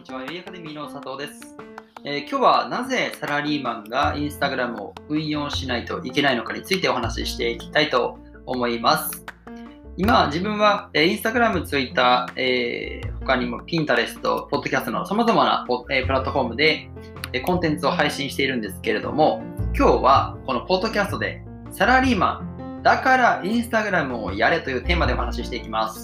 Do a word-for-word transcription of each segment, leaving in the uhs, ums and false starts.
にちは、エーアカデミーの佐藤です、えー、今日はなぜサラリーマンがインスタグラムを運用しないといけないのかについてお話ししていきたいと思います。今、自分は、えー、インスタグラム、ツイッター、えー、他にも Pinterest、ポッドキャストの様々な、えー、プラットフォームで、えー、コンテンツを配信しているんですけれども、今日はこのポッドキャストでサラリーマンだからインスタグラムをやれというテーマでお話ししていきます。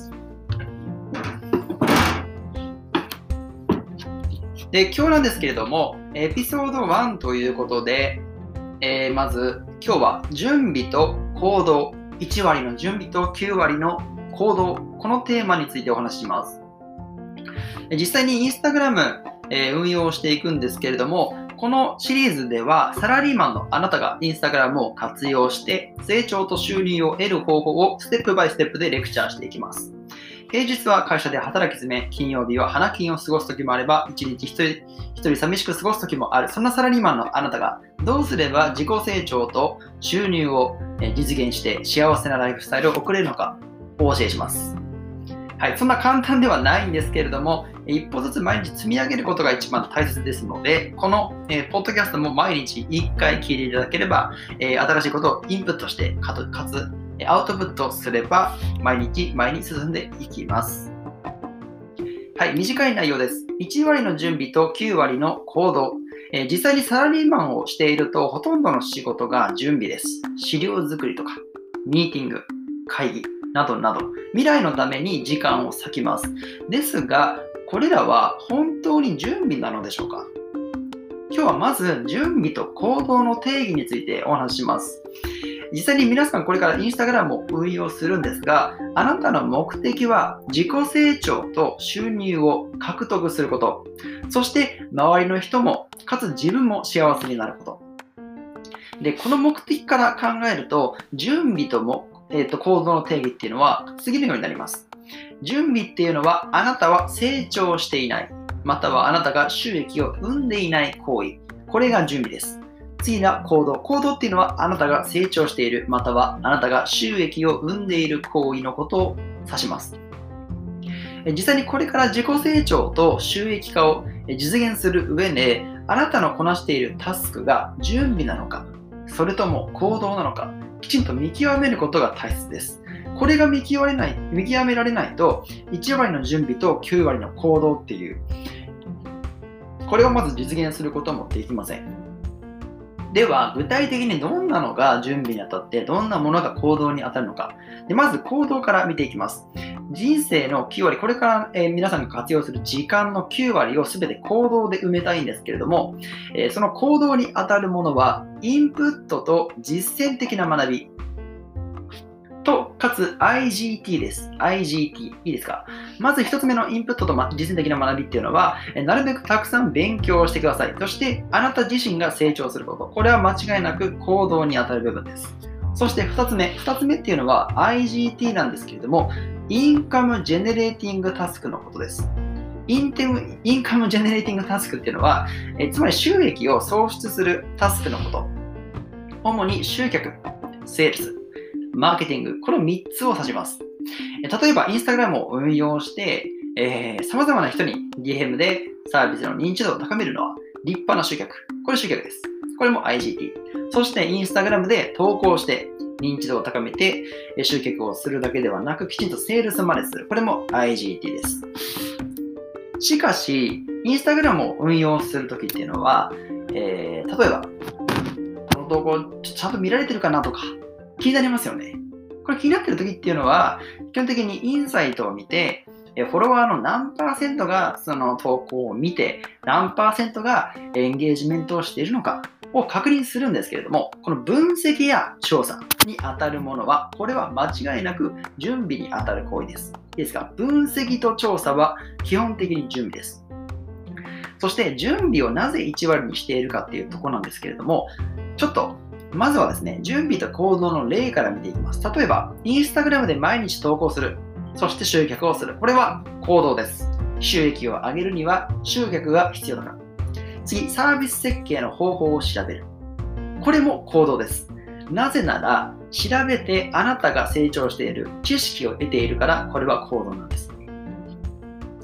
で、今日なんですけれども、エピソードワンということで、えー、まず今日は準備と行動、いち割の準備ときゅう割の行動、このテーマについてお話しします。実際にインスタグラム、えー、運用していくんですけれども、このシリーズではサラリーマンのあなたがインスタグラムを活用して成長と収入を得る方法をステップバイステップでレクチャーしていきます。平日は会社で働き詰め、金曜日は花金を過ごす時もあれば、一日一人一人寂しく過ごす時もある。そんなサラリーマンのあなたがどうすれば自己成長と収入を実現して幸せなライフスタイルを送れるのかお教えします。はい、そんな簡単ではないんですけれども、一歩ずつ毎日積み上げることが一番大切ですので、この、えー、ポッドキャストも毎日いっかい聞いていただければ、えー、新しいことをインプットしてかつ、かつアウトプットすれば毎日前に進んでいきます。はい、短い内容です。いち割の準備ときゅう割の行動。えー、実際にサラリーマンをしているとほとんどの仕事が準備です。資料作りとか、ミーティング、会議などなど、未来のために時間を割きます。ですが、これらは本当に準備なのでしょうか？今日はまず準備と行動の定義についてお話しします。実際に皆さんこれからインスタグラムを運用するんですが、あなたの目的は自己成長と収入を獲得すること、そして周りの人も、かつ自分も幸せになること。で、この目的から考えると、準備とも、えーと、行動の定義っていうのは次のようになります。準備っていうのは、あなたは成長していない、またはあなたが収益を生んでいない行為。これが準備です。次は行動。行動っていうのはあなたが成長している、またはあなたが収益を生んでいる行為のことを指します。実際にこれから自己成長と収益化を実現する上で、あなたのこなしているタスクが準備なのか、それとも行動なのか、きちんと見極めることが大切です。これが見極めない、見極められないと、いち割の準備ときゅう割の行動っていう、これをまず実現することもできません。では、具体的にどんなのが準備にあたって、どんなものが行動に当たるのか。でまず行動から見ていきます。人生のきゅう割、これから、えー、皆さんが活用する時間のきゅう割を全て行動で埋めたいんですけれども、えー、その行動に当たるものは、インプットと実践的な学びと、かつ アイジーティー です。アイジーティー。いいですか？まず一つ目のインプットと実践的な学びっていうのは、なるべくたくさん勉強してください。そして、あなた自身が成長すること。これは間違いなく行動に当たる部分です。そして二つ目。二つ目っていうのは アイジーティー なんですけれども、インカムジェネレーティングタスクのことです。インテム、インカムジェネレーティングタスクっていうのは、えつまり収益を創出するタスクのこと。主に集客、セールス、マーケティング、このみっつを指します。例えば、インスタグラムを運用して、えー、様々な人に ディーエム でサービスの認知度を高めるのは立派な集客。これ集客です。これも アイジーティー。そして、インスタグラムで投稿して認知度を高めて集客をするだけではなく、きちんとセールスまでする。これも アイジーティー です。しかし、インスタグラムを運用するときっていうのは、えー、例えば、この投稿ちゃんと見られてるかなとか、気になりますよね。これ気になってる時っていうのは、基本的にインサイトを見て、フォロワーの何パーセントがその投稿を見て、何パーセントがエンゲージメントをしているのかを確認するんですけれども、この分析や調査に当たるものは、これは間違いなく準備に当たる行為です。いいですか？分析と調査は基本的に準備です。そして準備をなぜいち割にしているかっていうところなんですけれども、ちょっとまずはですね、準備と行動の例から見ていきます。例えば、インスタグラムで毎日投稿する。そして集客をする。これは行動です。収益を上げるには集客が必要だから。次、サービス設計の方法を調べる。これも行動です。なぜなら、調べてあなたが成長している、知識を得ているから、これは行動なんです。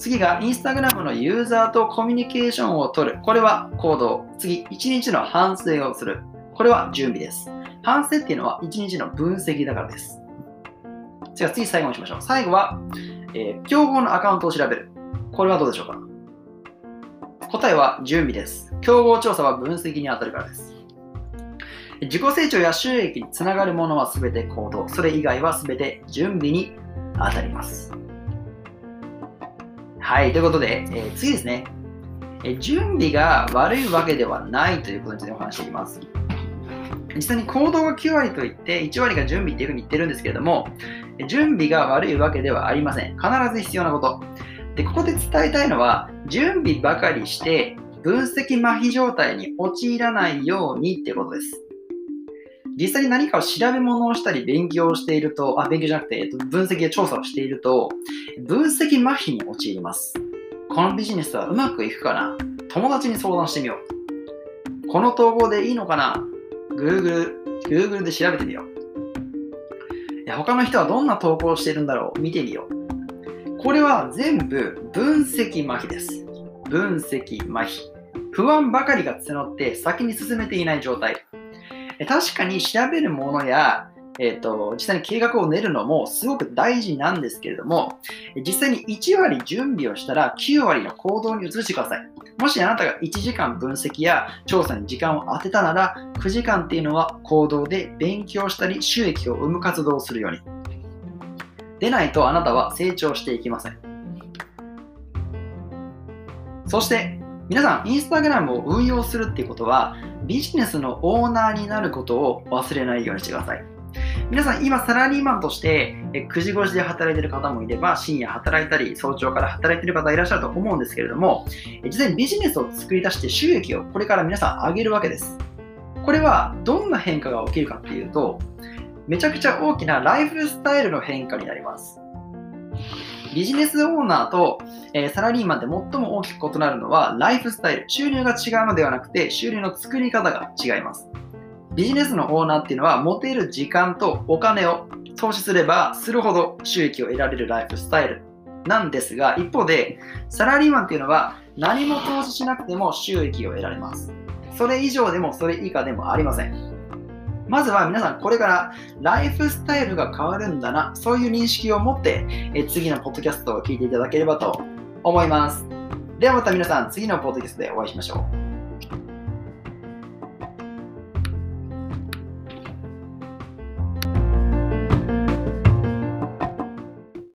次が Instagram のユーザーとコミュニケーションを取る。これは行動。次、いちにちの反省をする。これは準備です。反省っていうのはいちにちの分析だからです。じゃあ次最後にしましょう。最後は、えー、競合のアカウントを調べる。これはどうでしょうか？答えは準備です。競合調査は分析に当たるからです。自己成長や収益につながるものはすべて行動。それ以外はすべて準備に当たります。はい、ということで、えー、次ですね、えー。準備が悪いわけではないということについてお話していきます。実際に行動がきゅうわりといっていちわりが準備っていうふうに言ってるんですけれども、準備が悪いわけではありません。必ず必要なこと。で、ここで伝えたいのは、準備ばかりして分析麻痺状態に陥らないようにっていうことです。実際に何かを調べ物をしたり勉強をしていると、あ、勉強じゃなくて、えっと、分析や調査をしていると、分析麻痺に陥ります。このビジネスはうまくいくかな？友達に相談してみよう。この統合でいいのかな？ Google、Google で調べてみよう。いや、他の人はどんな投稿をしているんだろう？見てみよう。これは全部分析麻痺です。分析麻痺。不安ばかりが募って先に進めていない状態。確かに調べるものや、えーと、実際に計画を練るのもすごく大事なんですけれども、実際にいちわり準備をしたらきゅうわりの行動に移してください。もしあなたがいちじかん分析や調査に時間を当てたなら、くじかんっていうのは行動で勉強したり収益を生む活動をするように。でないとあなたは成長していきません。そして皆さん、インスタグラムを運用するっていうことは、ビジネスのオーナーになることを忘れないようにしてください。皆さん、今サラリーマンとしてくじごじで働いている方もいれば、深夜働いたり、早朝から働いている方いらっしゃると思うんですけれども、実際にビジネスを作り出して収益をこれから皆さん上げるわけです。これはどんな変化が起きるかっていうと、めちゃくちゃ大きなライフスタイルの変化になります。ビジネスオーナーと、えー、サラリーマンで最も大きく異なるのはライフスタイル、収入が違うのではなくて収入の作り方が違います。ビジネスのオーナーっていうのは持てる時間とお金を投資すればするほど収益を得られるライフスタイルなんですが、一方でサラリーマンっていうのは何も投資しなくても収益を得られます。それ以上でもそれ以下でもありません。まずは皆さんこれからライフスタイルが変わるんだな、そういう認識を持ってえ次のポッドキャストを聞いていただければと思います。ではまた皆さん次のポッドキャストでお会いしましょう。